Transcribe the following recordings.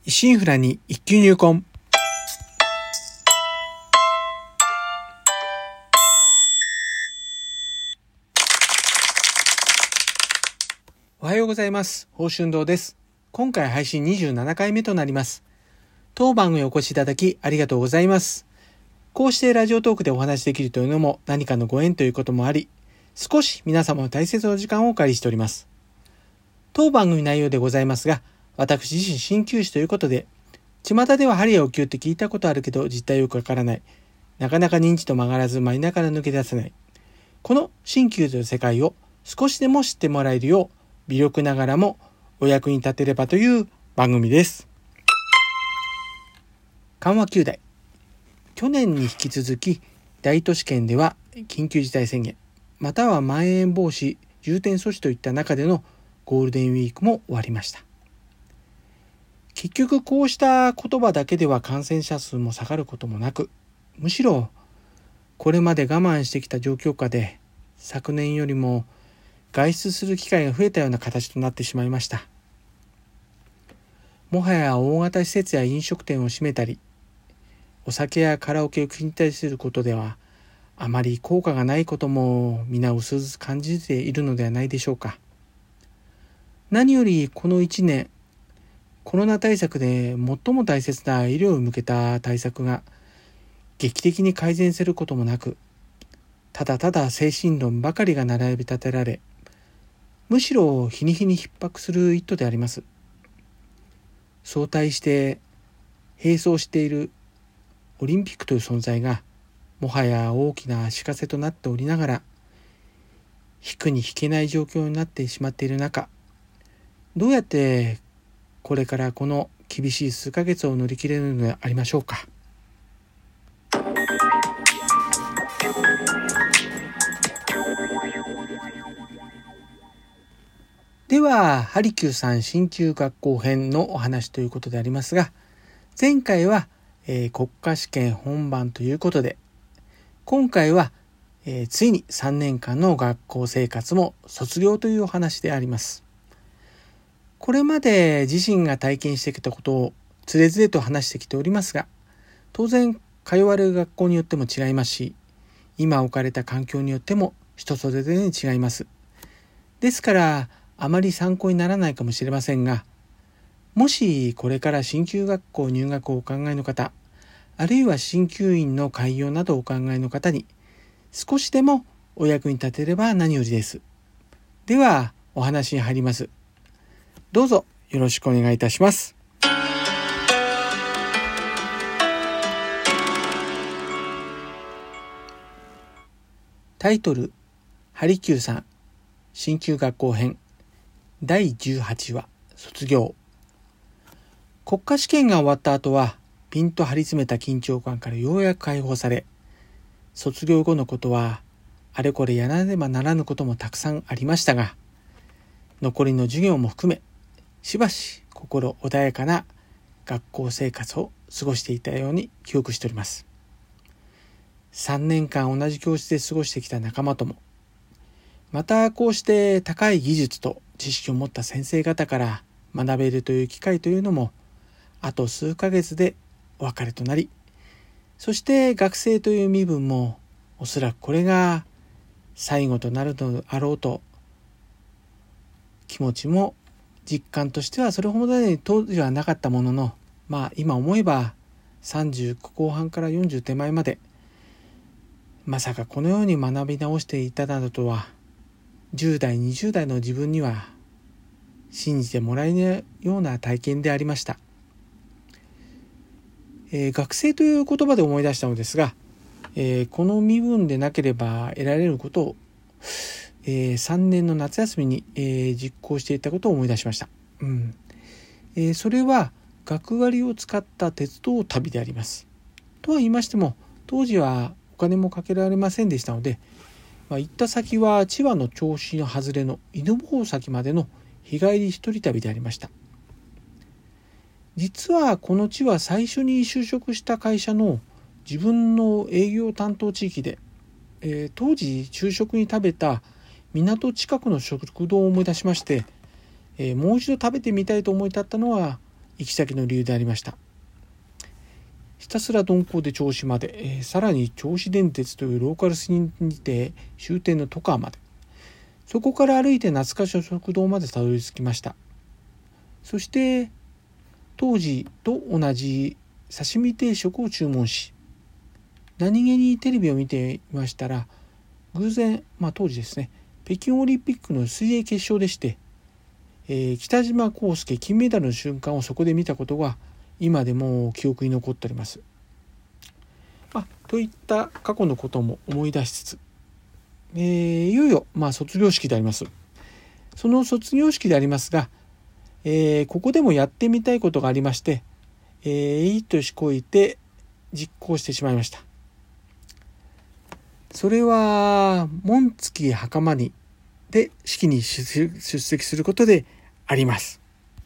一心不乱に一級入魂。おはようございます。宝春堂です。今回配信27回目となります。当番組お越しいただきありがとうございます。こうしてラジオトークでお話しできるというのも何かのご縁ということもあり、少し皆様の大切な時間をお借りしております。当番組内容でございますが、私自身鍼灸師ということで、巷では針やお灸って聞いたことあるけど実態よくわからない。なかなか認知と曲がらずマイナーから抜け出せない。この鍼灸という世界を少しでも知ってもらえるよう、微力ながらもお役に立てればという番組です。緩和9代。去年に引き続き大都市圏では緊急事態宣言、またはまん延防止重点措置といった中でのゴールデンウィークも終わりました。結局こうした言葉だけでは感染者数も下がることもなく、むしろこれまで我慢してきた状況下で昨年よりも外出する機会が増えたような形となってしまいました。もはや大型施設や飲食店を閉めたり、お酒やカラオケを禁止することではあまり効果がないことも皆薄々感じているのではないでしょうか。何よりこの1年、コロナ対策で最も大切な医療を向けた対策が劇的に改善することもなく、ただただ精神論ばかりが並び立てられ、むしろ日に日に逼迫する一途であります。相対して並走しているオリンピックという存在がもはや大きな足かせとなっておりながら、引くに引けない状況になってしまっている中、どうやってこれからこの厳しい数ヶ月を乗り切れるのでありましょうか。では、ハリキューさん鍼灸学校編のお話ということでありますが、前回は、国家試験本番ということで、今回は、ついに3年間の学校生活も卒業というお話であります。これまで自身が体験してきたことをつれづれと話してきておりますが、当然通われる学校によっても違いますし、今置かれた環境によっても人それぞれに違います。ですからあまり参考にならないかもしれませんが、もしこれから鍼灸学校入学をお考えの方、あるいは鍼灸院の開業などをお考えの方に少しでもお役に立てれば何よりです。ではお話に入ります。どうぞよろしくお願いいたします。タイトル、ハリキューさん鍼灸学校編第18話卒業。国家試験が終わった後はピンと張り詰めた緊張感からようやく解放され、卒業後のことはあれこれやらねばならぬこともたくさんありましたが、残りの授業も含めしばし心穏やかな学校生活を過ごしていたように記憶しております。3年間同じ教室で過ごしてきた仲間とも、またこうして高い技術と知識を持った先生方から学べるという機会というのもあと数ヶ月でお別れとなり、そして学生という身分もおそらくこれが最後となるのであろうと、気持ちも実感としてはそれほど当時はなかったものの、今思えば30後半から40手前まで、まさかこのように学び直していたなどとは10代20代の自分には信じてもらえないような体験でありました。学生という言葉で思い出したのですが、この身分でなければ得られることを3年の夏休みに、実行していたことを思い出しました。それは学割を使った鉄道旅であります。とは言いましても、当時はお金もかけられませんでしたので、行った先は千葉の銚子の外れの犬吠埼までの日帰り一人旅でありました。実はこの地は最初に就職した会社の自分の営業担当地域で、当時昼食に食べた港近くの食堂を思い出しまして、もう一度食べてみたいと思い立ったのは行き先の理由でありました。ひたすら鈍行で銚子まで、さらに銚子電鉄というローカル線にて終点の外川まで、そこから歩いて夏賀所食堂までたどり着きました。そして当時と同じ刺身定食を注文し、何気にテレビを見ていましたら、偶然、当時ですね、北京オリンピックの水泳決勝でして、北島康介金メダルの瞬間をそこで見たことが今でも記憶に残っております。といった過去のことも思い出しつつ、いよいよ卒業式であります。その卒業式でありますが、ここでもやってみたいことがありまして、いいとしこいて実行してしまいました。それは紋付き袴にで式に出席することであります。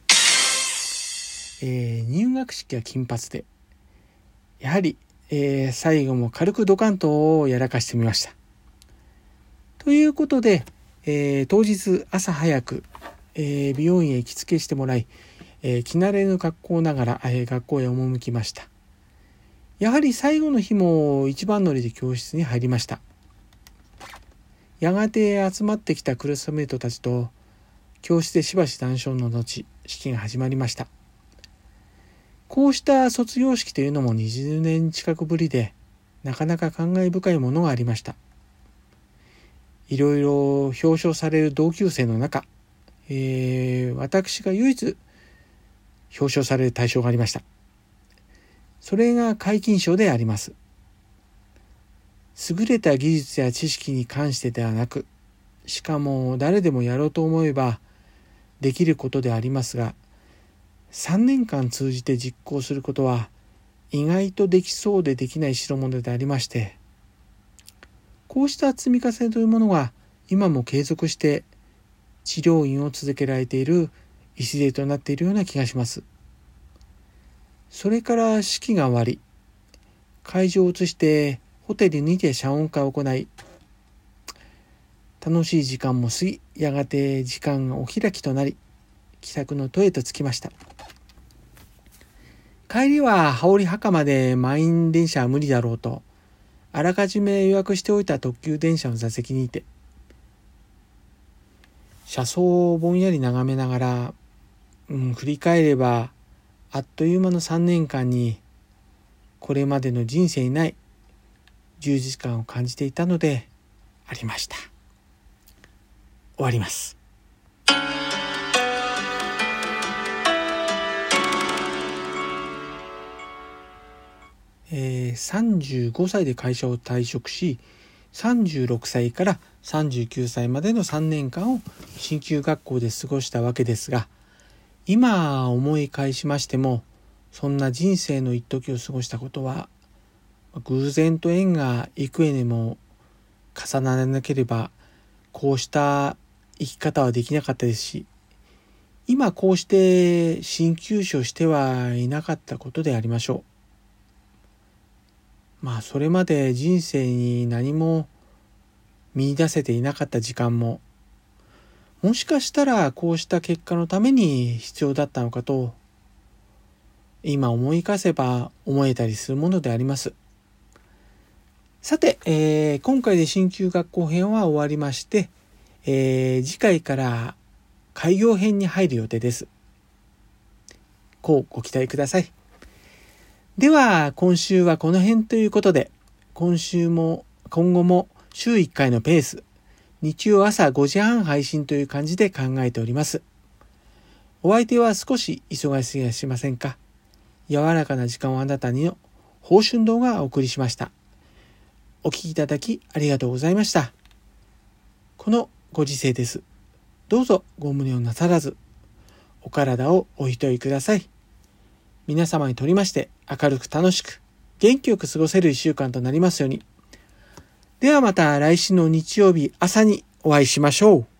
入学式は金髪で、やはり、最後も軽くドカンとやらかしてみました。ということで、当日朝早く、美容院へ着付けしてもらい、着慣れぬ格好ながら、学校へ赴きました。やはり最後の日も一番乗りで教室に入りました。やがて集まってきたクラスメートたちと教室でしばし談笑の後、式が始まりました。こうした卒業式というのも20年近くぶりで、なかなか感慨深いものがありました。いろいろ表彰される同級生の中、私が唯一表彰される対象がありました。それが皆勤賞であります。優れた技術や知識に関してではなく、しかも誰でもやろうと思えばできることでありますが、3年間通じて実行することは意外とできそうでできない代物でありまして、こうした積み重ねというものが今も継続して治療院を続けられている礎となっているような気がします。それから式が終わり、会場を移してホテルにて謝恩会を行い、楽しい時間も過ぎ、やがて時間がお開きとなり、帰宅の途へと着きました。帰りは羽織袴で満員電車は無理だろうと、あらかじめ予約しておいた特急電車の座席にいて、車窓をぼんやり眺めながら、振り返ればあっという間の3年間にこれまでの人生にない充実感を感じていたのでありました。終わります。35歳で会社を退職し、36歳から39歳までの3年間を進級学校で過ごしたわけですが、今思い返しましても、そんな人生の一時を過ごしたことは偶然と縁が幾重にも重ならなければこうした生き方はできなかったですし、今こうして進級者してはいなかったことでありましょう。それまで人生に何も見出せていなかった時間も、もしかしたらこうした結果のために必要だったのかと、今思い返せば思えたりするものであります。さて、今回で進級学校編は終わりまして、次回から開業編に入る予定です。こうご期待ください。では今週はこの辺ということで、今後も週1回のペース、日曜朝5時半配信という感じで考えております。お相手は少し忙しすぎはしませんか？柔らかな時間をあなたにの宝春堂がお送りしました。お聞きいただきありがとうございました。このご時世です。どうぞご無理をなさらず、お体をおいといください。皆様にとりまして明るく楽しく元気よく過ごせる1週間となりますように。ではまた来週の日曜日朝にお会いしましょう。